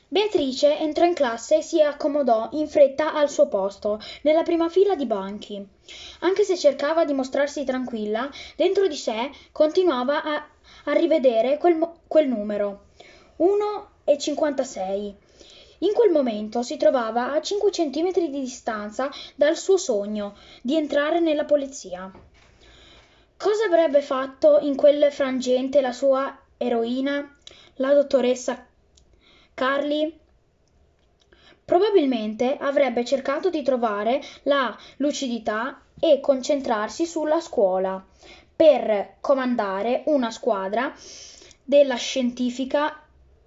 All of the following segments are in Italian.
Beatrice entrò in classe e si accomodò in fretta al suo posto, nella prima fila di banchi. Anche se cercava di mostrarsi tranquilla, dentro di sé continuava a rivedere quel numero. 1,56. In quel momento si trovava a 5 centimetri di distanza dal suo sogno di entrare nella polizia. Cosa avrebbe fatto in quel frangente la sua eroina, la dottoressa Carly? Probabilmente avrebbe cercato di trovare la lucidità e concentrarsi sulla scuola. Per comandare una squadra della scientifica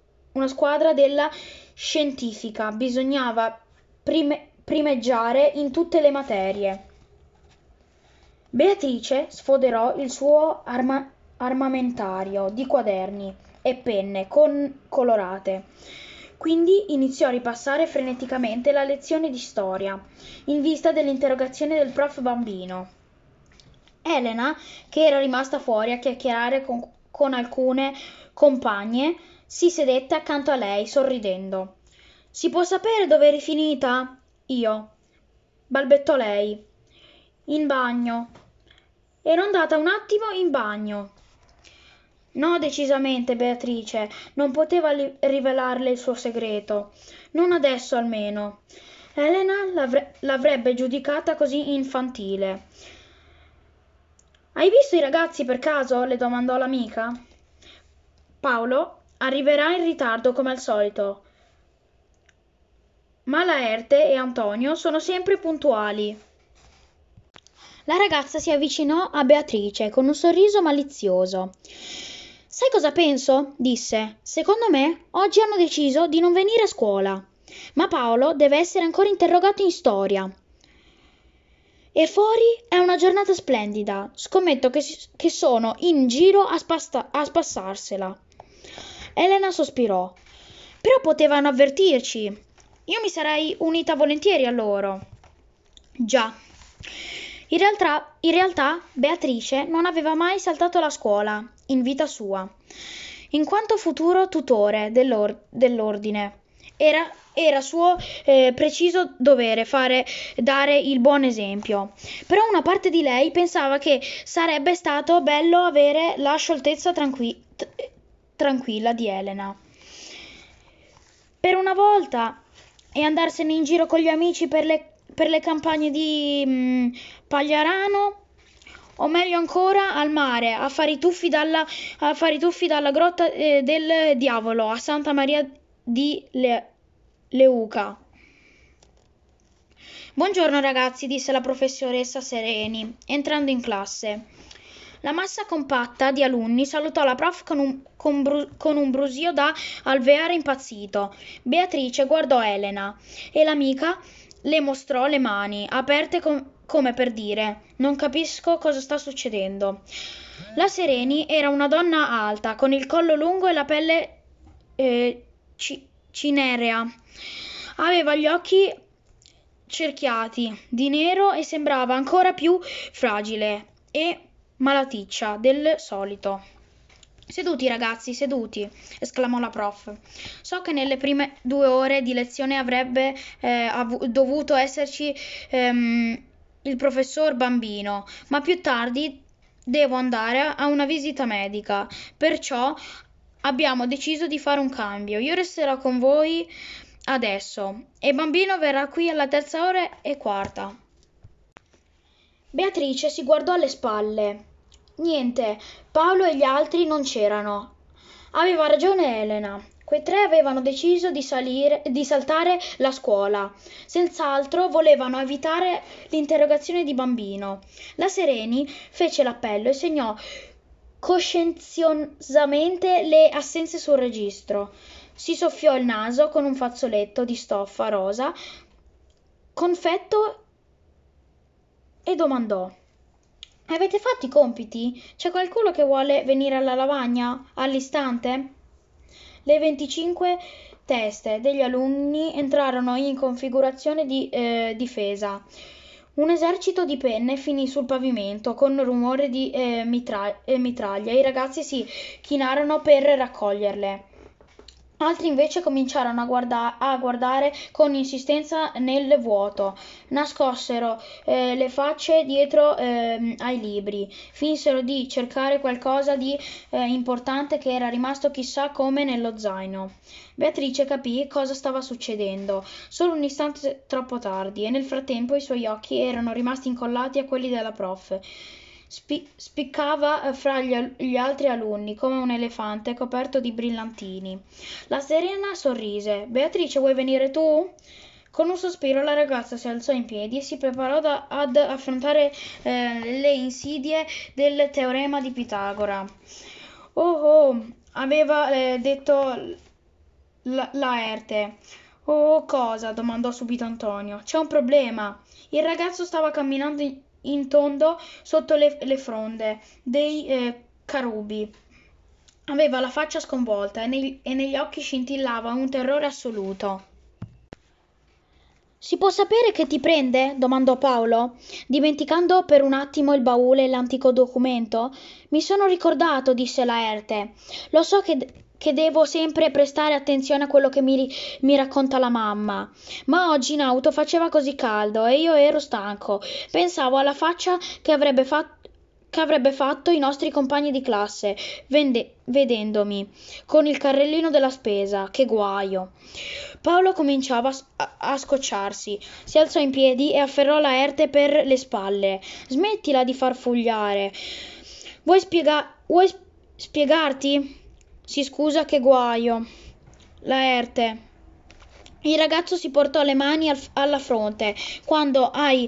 bisognava primeggiare in tutte le materie. Beatrice sfoderò il suo armamentario di quaderni e penne colorate. Quindi iniziò a ripassare freneticamente la lezione di storia, in vista dell'interrogazione del prof Bambino. Elena, che era rimasta fuori a chiacchierare con alcune compagne, si sedette accanto a lei, sorridendo. «Si può sapere dove eri finita?» «Io», balbettò lei. «In bagno». «Ero andata un attimo in bagno». No, decisamente, Beatrice, non poteva rivelarle il suo segreto. Non adesso, almeno. Elena l'avrebbe giudicata così infantile. «Hai visto i ragazzi per caso?» le domandò l'amica. «Paolo arriverà in ritardo come al solito, ma Laerte e Antonio sono sempre puntuali». La ragazza si avvicinò a Beatrice con un sorriso malizioso. «Sai cosa penso?» disse. «Secondo me oggi hanno deciso di non venire a scuola, ma Paolo deve essere ancora interrogato in storia. E fuori è una giornata splendida. Scommetto che sono in giro a spassarsela». Elena sospirò. «Però potevano avvertirci. Io mi sarei unita volentieri a loro». «Già». In realtà Beatrice non aveva mai saltato la scuola in vita sua, in quanto futuro tutore dell'ordine. Era suo preciso dovere dare il buon esempio. Però una parte di lei pensava che sarebbe stato bello avere la scioltezza tranquilla di Elena per una volta e andarsene in giro con gli amici per le campagne di Pagliarano, o meglio ancora al mare, a fare i tuffi dalla grotta del diavolo a Santa Maria di Leuca. «Buongiorno ragazzi», disse la professoressa Sereni, entrando in classe. La massa compatta di alunni salutò la prof con un brusio da alveare impazzito. Beatrice guardò Elena e l'amica le mostrò le mani, aperte come per dire: «Non capisco cosa sta succedendo». La Sereni era una donna alta, con il collo lungo e la pelle cinerea. Aveva gli occhi cerchiati di nero e sembrava ancora più fragile e malaticcia del solito. «Seduti ragazzi, seduti», esclamò la prof. «So che nelle prime 2 ore di lezione avrebbe dovuto esserci il professor Bambino, ma più tardi devo andare a una visita medica, perciò abbiamo deciso di fare un cambio. Io resterò con voi adesso e Bambino verrà qui alla 3:15. Beatrice si guardò alle spalle. Niente, Paolo e gli altri non c'erano. Aveva ragione Elena. Quei 3 avevano deciso di saltare la scuola. Senz'altro volevano evitare l'interrogazione di Bambino. La Sereni fece l'appello e segnò coscienziosamente le assenze sul registro. Si soffiò il naso con un fazzoletto di stoffa rosa confetto e domandò: «Avete fatto i compiti? C'è qualcuno che vuole venire alla lavagna all'istante?» Le 25 teste degli alunni entrarono in configurazione di difesa. Un esercito di penne finì sul pavimento con rumore di mitraglia. I ragazzi si chinarono per raccoglierle. Altri invece cominciarono a guardare con insistenza nel vuoto, nascosero le facce dietro ai libri, finsero di cercare qualcosa di importante che era rimasto chissà come nello zaino. Beatrice capì cosa stava succedendo, solo un istante troppo tardi, e nel frattempo i suoi occhi erano rimasti incollati a quelli della prof. Spiccava fra gli altri alunni come un elefante coperto di brillantini. La Serena sorrise. Beatrice, vuoi venire tu? Con un sospiro la ragazza si alzò in piedi e si preparò ad affrontare le insidie del teorema di Pitagora. Oh oh, aveva detto Laerte. Oh, cosa? Domandò subito Antonio. C'è un problema. Il ragazzo stava camminando in tondo sotto le fronde dei carubi. Aveva la faccia sconvolta e negli occhi scintillava un terrore assoluto. Si può sapere che ti prende? Domandò Paolo, dimenticando per un attimo il baule e l'antico documento. Mi sono ricordato, disse Laerte. Lo so che devo sempre prestare attenzione a quello che mi racconta la mamma, ma oggi in auto faceva così caldo e io ero stanco. Pensavo alla faccia che avrebbe fatto i nostri compagni di classe vedendomi con il carrellino della spesa. Che guaio! Paolo cominciava a scocciarsi. Si alzò in piedi e afferrò Laerte per le spalle. Smettila di farfugliare. Vuoi spiegarti? Si scusa, che guaio. Laerte. Il ragazzo si portò le mani alla fronte. Quando hai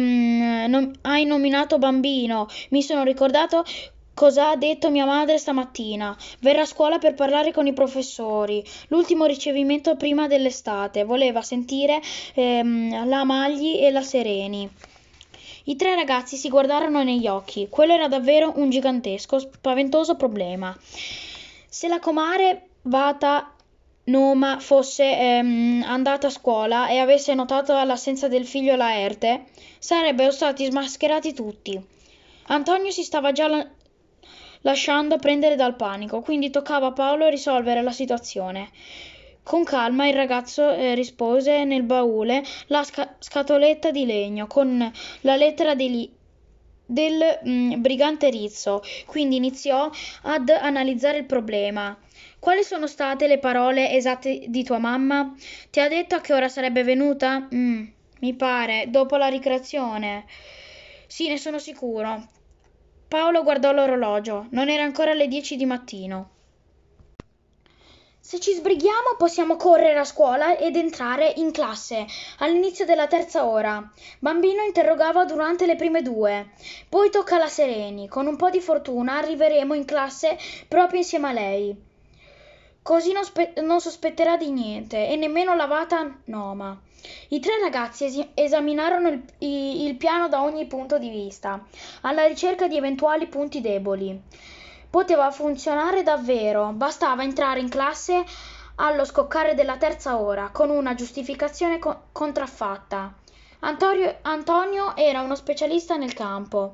nominato bambino, mi sono ricordato cosa ha detto mia madre stamattina. Verrà a scuola per parlare con i professori. L'ultimo ricevimento prima dell'estate. Voleva sentire la Magli e la Sereni. I tre ragazzi si guardarono negli occhi. Quello era davvero un gigantesco, spaventoso problema. Se la comare Vata Noma fosse andata a scuola e avesse notato l'assenza del figlio Laerte, sarebbero stati smascherati tutti. Antonio si stava già lasciando prendere dal panico, quindi toccava a Paolo risolvere la situazione. Con calma il ragazzo rispose nel baule la scatoletta di legno con la lettera del brigante Rizzo, quindi iniziò ad analizzare il problema. Quali sono state le parole esatte di tua mamma? Ti ha detto a che ora sarebbe venuta? Mi pare, dopo la ricreazione. Sì, ne sono sicuro. Paolo guardò l'orologio. Non era ancora le 10 di mattino. Se ci sbrighiamo possiamo correre a scuola ed entrare in classe all'inizio della terza ora. Bambino interrogava durante le prime due. Poi tocca alla Sereni. Con un po' di fortuna arriveremo in classe proprio insieme a lei. Così non sospetterà di niente e nemmeno la Vata Noma. I tre ragazzi esaminarono il piano da ogni punto di vista, alla ricerca di eventuali punti deboli. Poteva funzionare davvero, bastava entrare in classe allo scoccare della terza ora, con una giustificazione contraffatta. Antonio era uno specialista nel campo.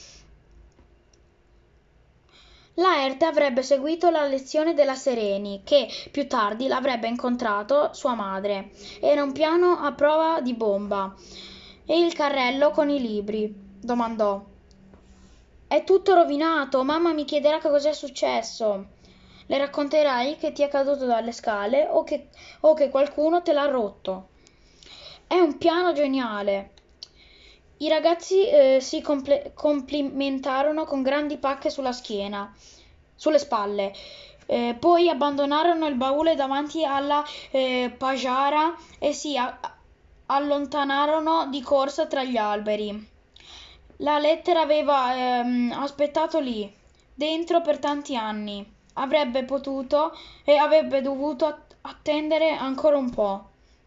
Laerte avrebbe seguito la lezione della Sereni, che più tardi l'avrebbe incontrato sua madre. Era un piano a prova di bomba. E il carrello con i libri? Domandò. È tutto rovinato, mamma mi chiederà che cos'è successo. Le racconterai che ti è caduto dalle scale o che qualcuno te l'ha rotto. È un piano geniale. I ragazzi si complimentarono con grandi pacche sulle spalle. Poi abbandonarono il baule davanti alla pagiara e si allontanarono di corsa tra gli alberi. La lettera aveva aspettato lì, dentro per tanti anni. Avrebbe potuto e avrebbe dovuto attendere ancora un po'.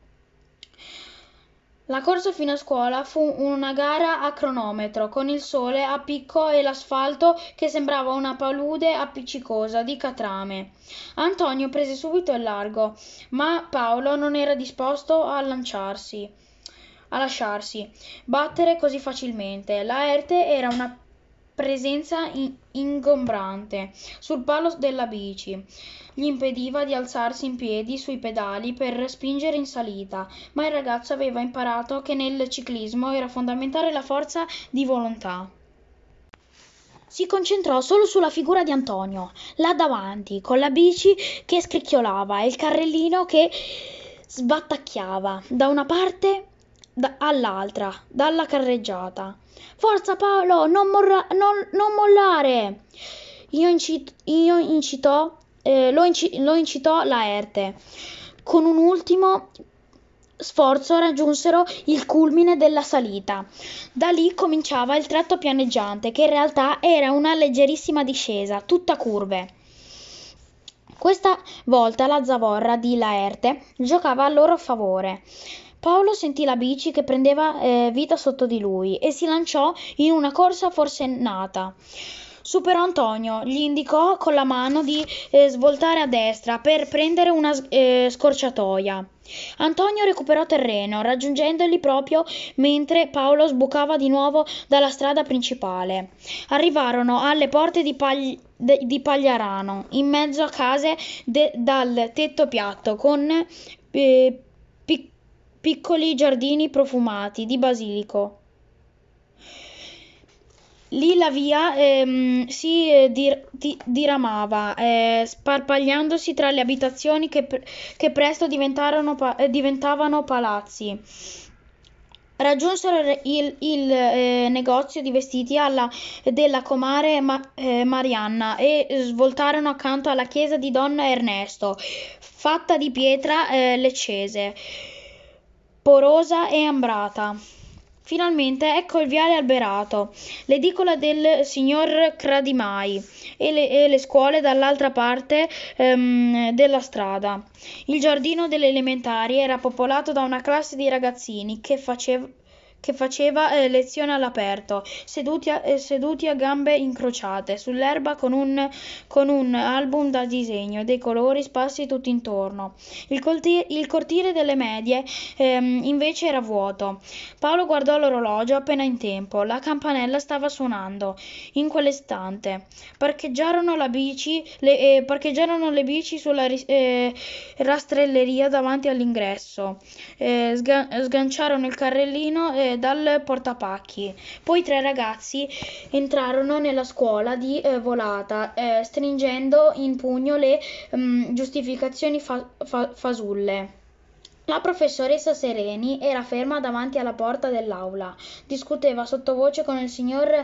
La corsa fino a scuola fu una gara a cronometro, con il sole a picco e l'asfalto che sembrava una palude appiccicosa di catrame. Antonio prese subito il largo, ma Paolo non era disposto a lasciarsi battere così facilmente. Laerte era una presenza ingombrante sul palo della bici. Gli impediva di alzarsi in piedi sui pedali per spingere in salita, ma il ragazzo aveva imparato che nel ciclismo era fondamentale la forza di volontà. Si concentrò solo sulla figura di Antonio, là davanti, con la bici che scricchiolava e il carrellino che sbattacchiava da una parte all'altra, dalla carreggiata. Forza Paolo, non mollare! Lo incitò Laerte. Con un ultimo sforzo raggiunsero il culmine della salita. Da lì cominciava il tratto pianeggiante, che in realtà era una leggerissima discesa, tutta curve. Questa volta la zavorra di Laerte giocava a loro favore. Paolo sentì la bici che prendeva vita sotto di lui e si lanciò in una corsa forsennata. Superò Antonio, gli indicò con la mano di svoltare a destra per prendere una scorciatoia. Antonio recuperò terreno, raggiungendoli proprio mentre Paolo sbucava di nuovo dalla strada principale. Arrivarono alle porte di Pagliarano, in mezzo a case dal tetto piatto, con piccoli giardini profumati di basilico. Lì la via si diramava, sparpagliandosi tra le abitazioni che presto diventavano palazzi. Raggiunsero il negozio di vestiti della comare Marianna e svoltarono accanto alla chiesa di Don Ernesto, fatta di pietra leccese, porosa e ambrata. Finalmente ecco il viale alberato, l'edicola del signor Cradimai e le scuole dall'altra parte della strada. Il giardino delle elementari era popolato da una classe di ragazzini che faceva lezione all'aperto, seduti a gambe incrociate sull'erba con un album da disegno, dei colori sparsi tutto intorno. Il cortile delle medie invece era vuoto. Paolo guardò l'orologio appena in tempo. La campanella stava suonando. In quell'istante parcheggiarono le bici sulla rastrelleria davanti all'ingresso. Sganciarono il carrellino dal portapacchi. Poi 3 ragazzi entrarono nella scuola di volata, stringendo in pugno le giustificazioni fasulle. La professoressa Sereni era ferma davanti alla porta dell'aula. Discuteva sottovoce con il signor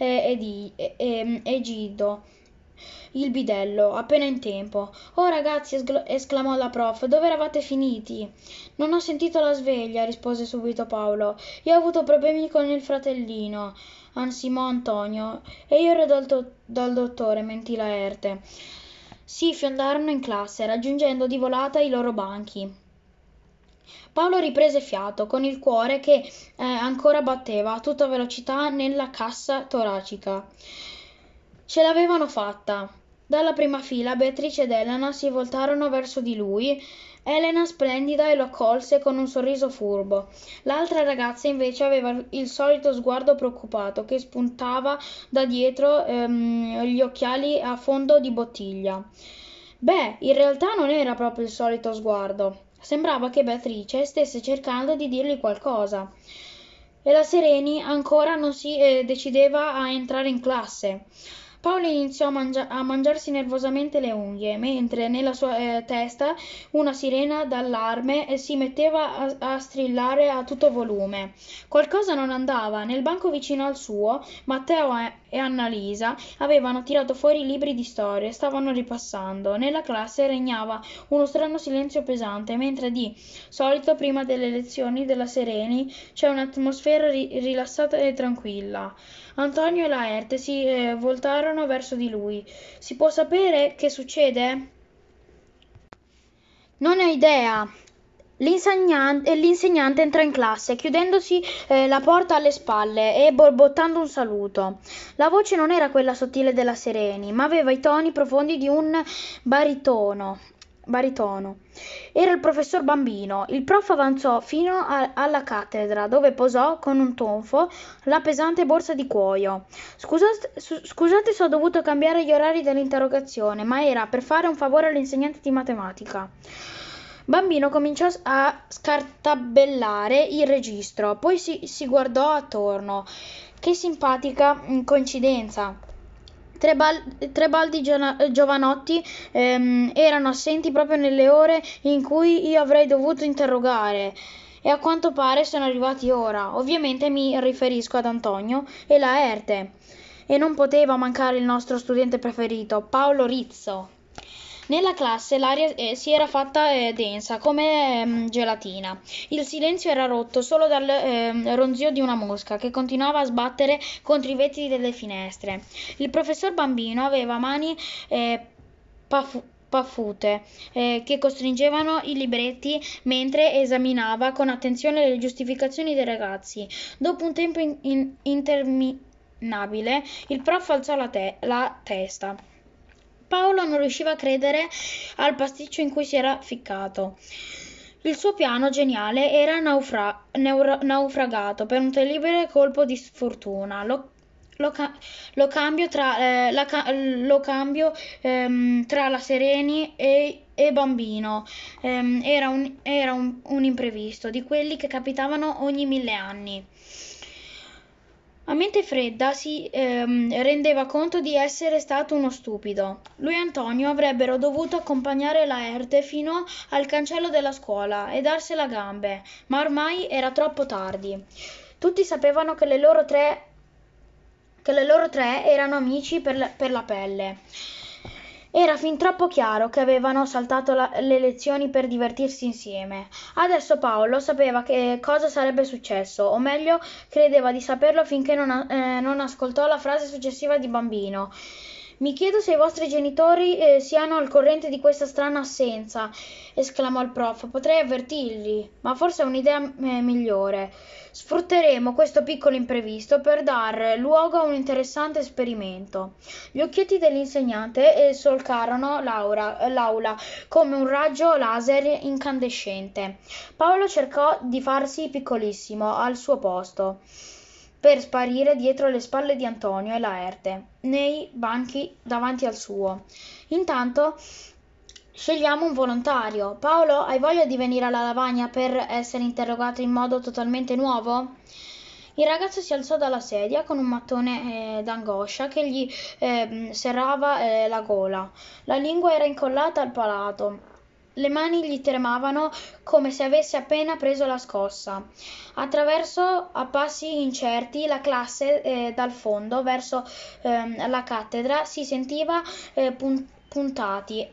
Egido, il bidello, appena in tempo. «Oh ragazzi!» esclamò la prof. «Dove eravate finiti?» «Non ho sentito la sveglia», rispose subito Paolo. «Io ho avuto problemi con il fratellino», ansimò Antonio. «E io ero dal dottore», mentì Laerte. Si fiondarono in classe, raggiungendo di volata i loro banchi. Paolo riprese fiato, con il cuore che ancora batteva a tutta velocità nella cassa toracica. Ce l'avevano fatta. Dalla prima fila Beatrice ed Elena si voltarono verso di lui. Elena, splendida, lo accolse con un sorriso furbo. L'altra ragazza invece aveva il solito sguardo preoccupato che spuntava da dietro gli occhiali a fondo di bottiglia. Beh, in realtà non era proprio il solito sguardo. Sembrava che Beatrice stesse cercando di dirgli qualcosa. E la Sereni ancora non si decideva a entrare in classe. Paolo iniziò a mangiarsi nervosamente le unghie, mentre nella sua testa una sirena d'allarme si metteva a strillare a tutto volume. Qualcosa non andava. Nel banco vicino al suo, Matteo e Annalisa avevano tirato fuori i libri di storia e stavano ripassando. Nella classe regnava uno strano silenzio pesante, mentre di solito prima delle lezioni della Sereni c'è un'atmosfera rilassata e tranquilla. Antonio e Laerte si voltarono verso di lui. «Si può sapere che succede?» «Non ho idea». L'insegnante entrò in classe, chiudendosi la porta alle spalle e borbottando un saluto. La voce non era quella sottile della Sereni, ma aveva i toni profondi di un baritono. baritono. Era il professor Bambino. Il prof avanzò fino alla cattedra, dove posò con un tonfo la pesante borsa di cuoio. Scusate se ho dovuto cambiare gli orari dell'interrogazione, ma era per fare un favore all'insegnante di matematica. Bambino cominciò a scartabellare il registro, poi si guardò attorno. Che simpatica coincidenza! Tre baldi giovanotti erano assenti proprio nelle ore in cui io avrei dovuto interrogare, e a quanto pare sono arrivati ora. Ovviamente mi riferisco ad Antonio e Laerte, e non poteva mancare il nostro studente preferito, Paolo Rizzo. Nella classe l'aria si era fatta densa come gelatina. Il silenzio era rotto solo dal ronzio di una mosca che continuava a sbattere contro i vetri delle finestre. Il professor Bambino aveva mani paffute che costringevano i libretti mentre esaminava con attenzione le giustificazioni dei ragazzi. Dopo un tempo interminabile, il prof alzò la testa. Paolo non riusciva a credere al pasticcio in cui si era ficcato. Il suo piano geniale era naufragato per un terribile colpo di sfortuna. Lo cambio tra la Sereni e Bambino era un imprevisto, di quelli che capitavano ogni 1000 anni. A mente fredda si rendeva conto di essere stato uno stupido. Lui e Antonio avrebbero dovuto accompagnare Laerte fino al cancello della scuola e darsela a gambe, ma ormai era troppo tardi. Tutti sapevano che le loro tre erano amici per la pelle. Era fin troppo chiaro che avevano saltato le lezioni per divertirsi insieme. Adesso Paolo sapeva che cosa sarebbe successo, o meglio, credeva di saperlo finché non ascoltò la frase successiva di Bambino. Mi chiedo se i vostri genitori siano al corrente di questa strana assenza, esclamò il prof. Potrei avvertirli, ma forse è un'idea migliore. Sfrutteremo questo piccolo imprevisto per dar luogo a un interessante esperimento. Gli occhietti dell'insegnante solcarono l'aula come un raggio laser incandescente. Paolo cercò di farsi piccolissimo al suo posto, per sparire dietro le spalle di Antonio e Laerte, nei banchi davanti al suo. Intanto scegliamo un volontario. Paolo, hai voglia di venire alla lavagna per essere interrogato in modo totalmente nuovo? Il ragazzo si alzò dalla sedia con un mattone d'angoscia che gli serrava la gola. La lingua era incollata al palato. Le mani gli tremavano come se avesse appena preso la scossa. Attraverso a passi incerti la classe dal fondo verso la cattedra si sentiva puntati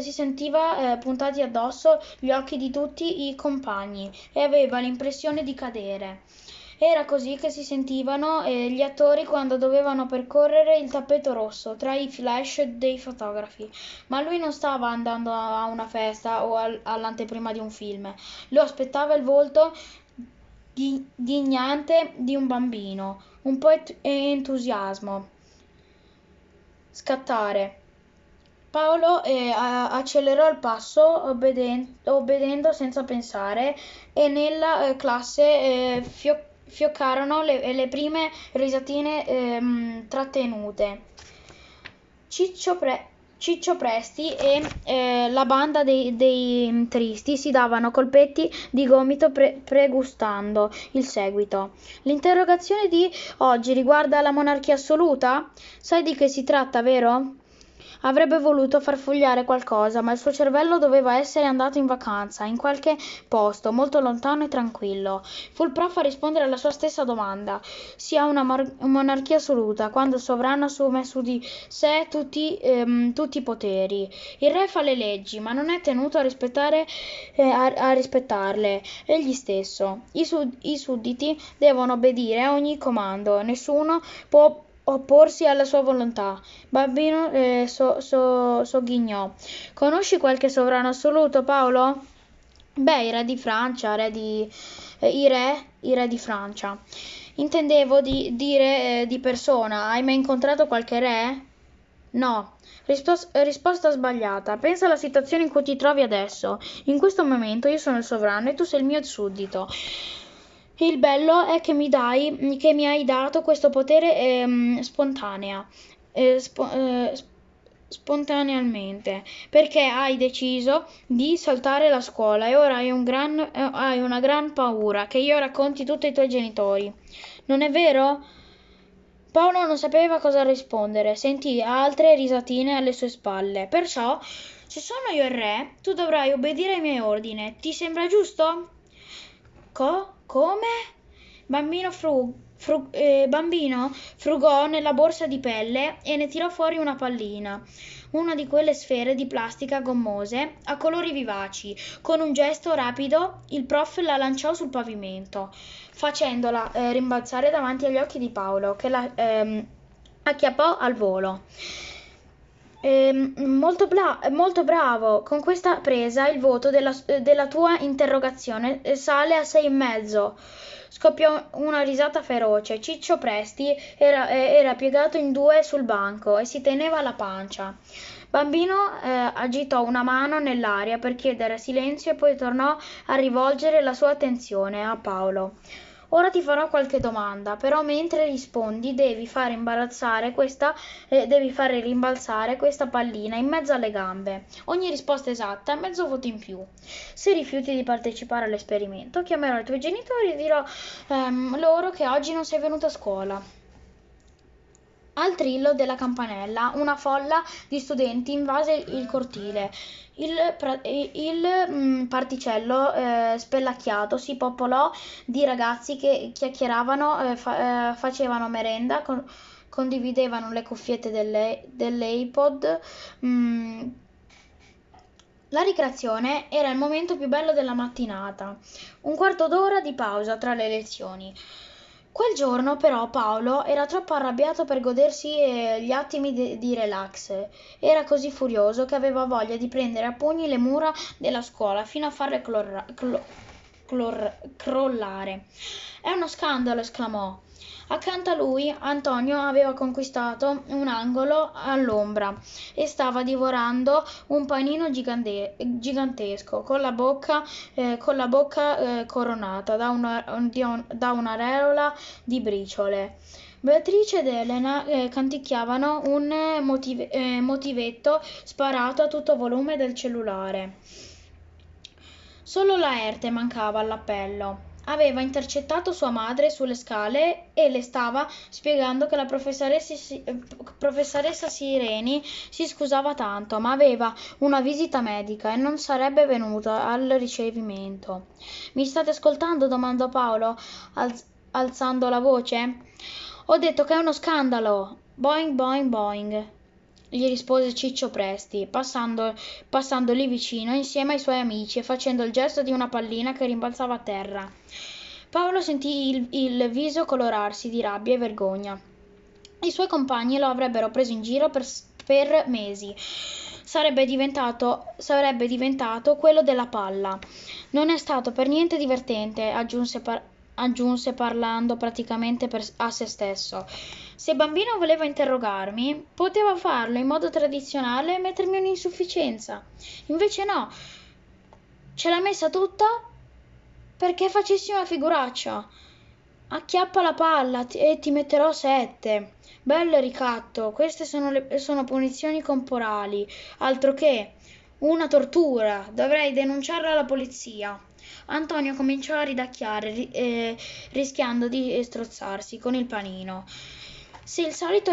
addosso gli occhi di tutti i compagni e aveva l'impressione di cadere. Era così che si sentivano gli attori quando dovevano percorrere il tappeto rosso tra i flash dei fotografi. Ma lui non stava andando a una festa o all'anteprima di un film. Lo aspettava il volto ghignante di un bambino, un po' entusiasmo. Scattare. Paolo accelerò il passo obbedendo senza pensare, e nella classe fioccarono le prime risatine trattenute. Ciccio Presti e la banda dei tristi si davano colpetti di gomito pregustando il seguito. L'interrogazione di oggi riguarda la monarchia assoluta? Sai di che si tratta, vero? Avrebbe voluto far fogliare qualcosa, ma il suo cervello doveva essere andato in vacanza, in qualche posto, molto lontano e tranquillo. Fu il prof a rispondere alla sua stessa domanda. Si ha una monarchia assoluta, quando il sovrano assume su di sé tutti i poteri. Il re fa le leggi, ma non è tenuto a rispettarle. Egli stesso. I sudditi devono obbedire a ogni comando. Nessuno può opporsi alla sua volontà. Bambino sogghignò. Conosci qualche sovrano assoluto, Paolo? Beh, i re di Francia, i re di Francia. Intendevo dire di persona. Hai mai incontrato qualche re? No, risposta sbagliata. Pensa alla situazione in cui ti trovi adesso. In questo momento io sono il sovrano e tu sei il mio suddito. Il bello è che mi hai dato questo potere spontaneamente, perché hai deciso di saltare la scuola e ora hai una gran paura che io racconti tutto ai tuoi genitori. Non è vero? Paolo non sapeva cosa rispondere, sentì altre risatine alle sue spalle. Perciò, se sono io il re, tu dovrai obbedire ai miei ordini. Ti sembra giusto? Come? Bambino frugò nella borsa di pelle e ne tirò fuori una pallina, una di quelle sfere di plastica gommose a colori vivaci. Con un gesto rapido il prof la lanciò sul pavimento, facendola rimbalzare davanti agli occhi di Paolo, che la acchiappò al volo. Molto bravo. Con questa presa il voto della tua interrogazione sale a 6,5. Scoppiò una risata feroce. Ciccio Presti era piegato in due sul banco e si teneva la pancia. Bambino agitò una mano nell'aria per chiedere silenzio e poi tornò a rivolgere la sua attenzione a Paolo. Ora ti farò qualche domanda, però mentre rispondi devi fare rimbalzare questa pallina in mezzo alle gambe. Ogni risposta esatta è mezzo voto in più. Se rifiuti di partecipare all'esperimento, chiamerò i tuoi genitori e dirò loro che oggi non sei venuto a scuola. Al trillo della campanella, una folla di studenti invase il cortile. Il particello spellacchiato si popolò di ragazzi che chiacchieravano, facevano merenda, condividevano le cuffiette dell'iPod. La ricreazione era il momento più bello della mattinata. Un quarto d'ora di pausa tra le lezioni. Quel giorno però Paolo era troppo arrabbiato per godersi gli attimi di relax. Era così furioso che aveva voglia di prendere a pugni le mura della scuola fino a farle crollare. È uno scandalo, esclamò. Accanto a lui Antonio aveva conquistato un angolo all'ombra e stava divorando un panino gigantesco con la bocca coronata da un'aureola di briciole. Beatrice ed Elena canticchiavano un motivetto sparato a tutto volume del cellulare. Solo Laerte mancava all'appello. Aveva intercettato sua madre sulle scale e le stava spiegando che la professoressa Sireni si scusava tanto, ma aveva una visita medica e non sarebbe venuta al ricevimento. Mi state ascoltando? Domandò Paolo, alzando la voce. Ho detto che è uno scandalo. Boing, boing, boing, gli rispose Ciccio Presti, passando lì vicino insieme ai suoi amici e facendo il gesto di una pallina che rimbalzava a terra. Paolo sentì il viso colorarsi di rabbia e vergogna. I suoi compagni lo avrebbero preso in giro per mesi. Sarebbe diventato quello della palla. Non è stato per niente divertente, aggiunse parlando praticamente a se stesso. Se il bambino voleva interrogarmi, poteva farlo in modo tradizionale e mettermi un'insufficienza. Invece no, ce l'ha messa tutta perché facessi una figuraccia. Acchiappa la palla e ti metterò 7. Bello ricatto, queste sono punizioni corporali, altro che una tortura. Dovrei denunciarla alla polizia. Antonio cominciò a ridacchiare, rischiando di strozzarsi con il panino. Sei il solito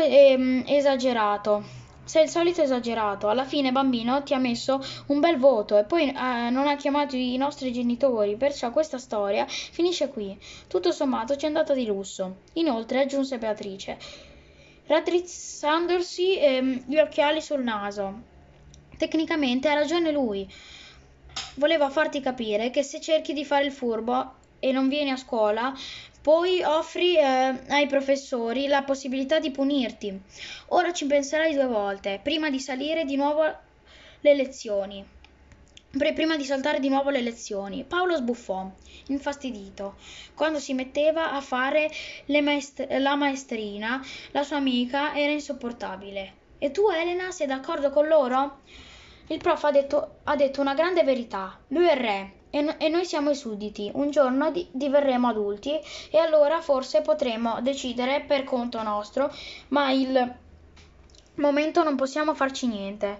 esagerato. Alla fine bambino ti ha messo un bel voto e poi non ha chiamato i nostri genitori, perciò questa storia finisce qui. Tutto sommato ci è andata di lusso. Inoltre, aggiunse Beatrice, raddrizzandosi gli occhiali sul naso. Tecnicamente ha ragione lui. Voleva farti capire che se cerchi di fare il furbo e non vieni a scuola, poi offri ai professori la possibilità di punirti. Ora ci penserai 2 volte, prima di salire di nuovo le lezioni. Prima di saltare di nuovo le lezioni. Paolo sbuffò, infastidito. Quando si metteva a fare la maestrina, la sua amica era insopportabile. E tu, Elena, sei d'accordo con loro? Il prof ha detto una grande verità. Lui è il re e noi siamo i sudditi. Un giorno diverremo adulti e allora forse potremo decidere per conto nostro, ma il momento non possiamo farci niente.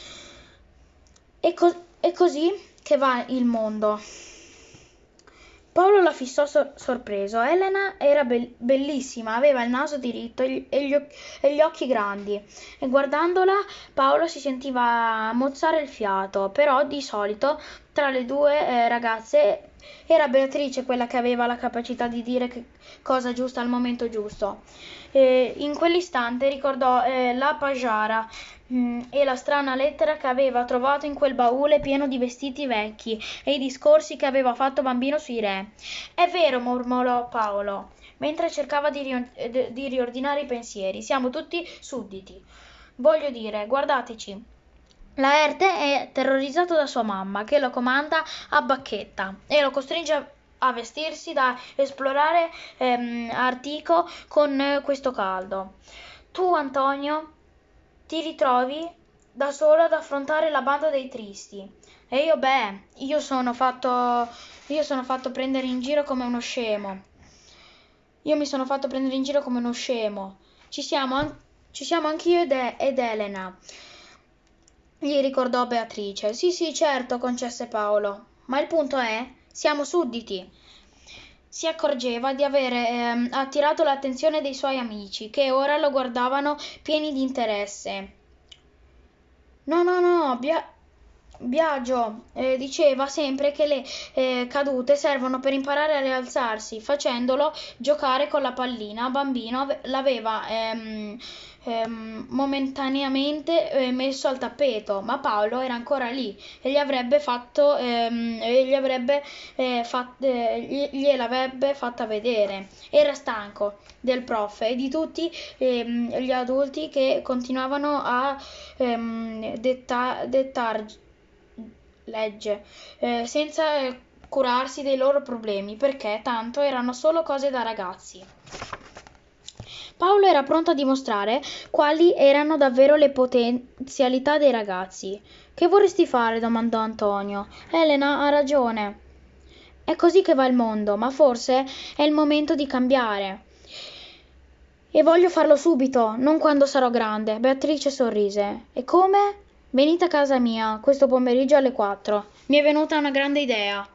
È così che va il mondo. Paolo la fissò sorpreso. Elena era bellissima, aveva il naso diritto e gli occhi grandi, e guardandola Paolo si sentiva mozzare il fiato, però di solito tra le due ragazze era Beatrice quella che aveva la capacità di dire cosa giusta al momento giusto. In quell'istante ricordò la Pagiara e la strana lettera che aveva trovato in quel baule pieno di vestiti vecchi e i discorsi che aveva fatto bambino sui re. È vero, mormorò Paolo, mentre cercava di riordinare i pensieri. Siamo tutti sudditi. Voglio dire, guardateci. Laerte è terrorizzato da sua mamma, che lo comanda a bacchetta e lo costringe a vestirsi da esplorare Artico con questo caldo. Tu, Antonio, ti ritrovi da solo ad affrontare la banda dei tristi. E io sono fatto prendere in giro come uno scemo. Io mi sono fatto prendere in giro come uno scemo. Ci siamo anch'io ed Elena, gli ricordò Beatrice. Sì, sì, certo, concesse Paolo. Ma il punto è, siamo sudditi. Si accorgeva di avere attirato l'attenzione dei suoi amici, che ora lo guardavano pieni di interesse. No, no, no, Biagio diceva sempre che le cadute servono per imparare a rialzarsi. Facendolo giocare con la pallina, bambino l'aveva momentaneamente messo al tappeto, ma Paolo era ancora lì e gliel'avrebbe fatta vedere. Era stanco del prof e di tutti gli adulti che continuavano a dettar legge senza curarsi dei loro problemi, perché tanto erano solo cose da ragazzi. Paolo era pronto a dimostrare quali erano davvero le potenzialità dei ragazzi. Che vorresti fare? Domandò Antonio. Elena ha ragione. È così che va il mondo, ma forse è il momento di cambiare. E voglio farlo subito, non quando sarò grande. Beatrice sorrise. E come? Venite a casa mia questo pomeriggio alle 4. Mi è venuta una grande idea.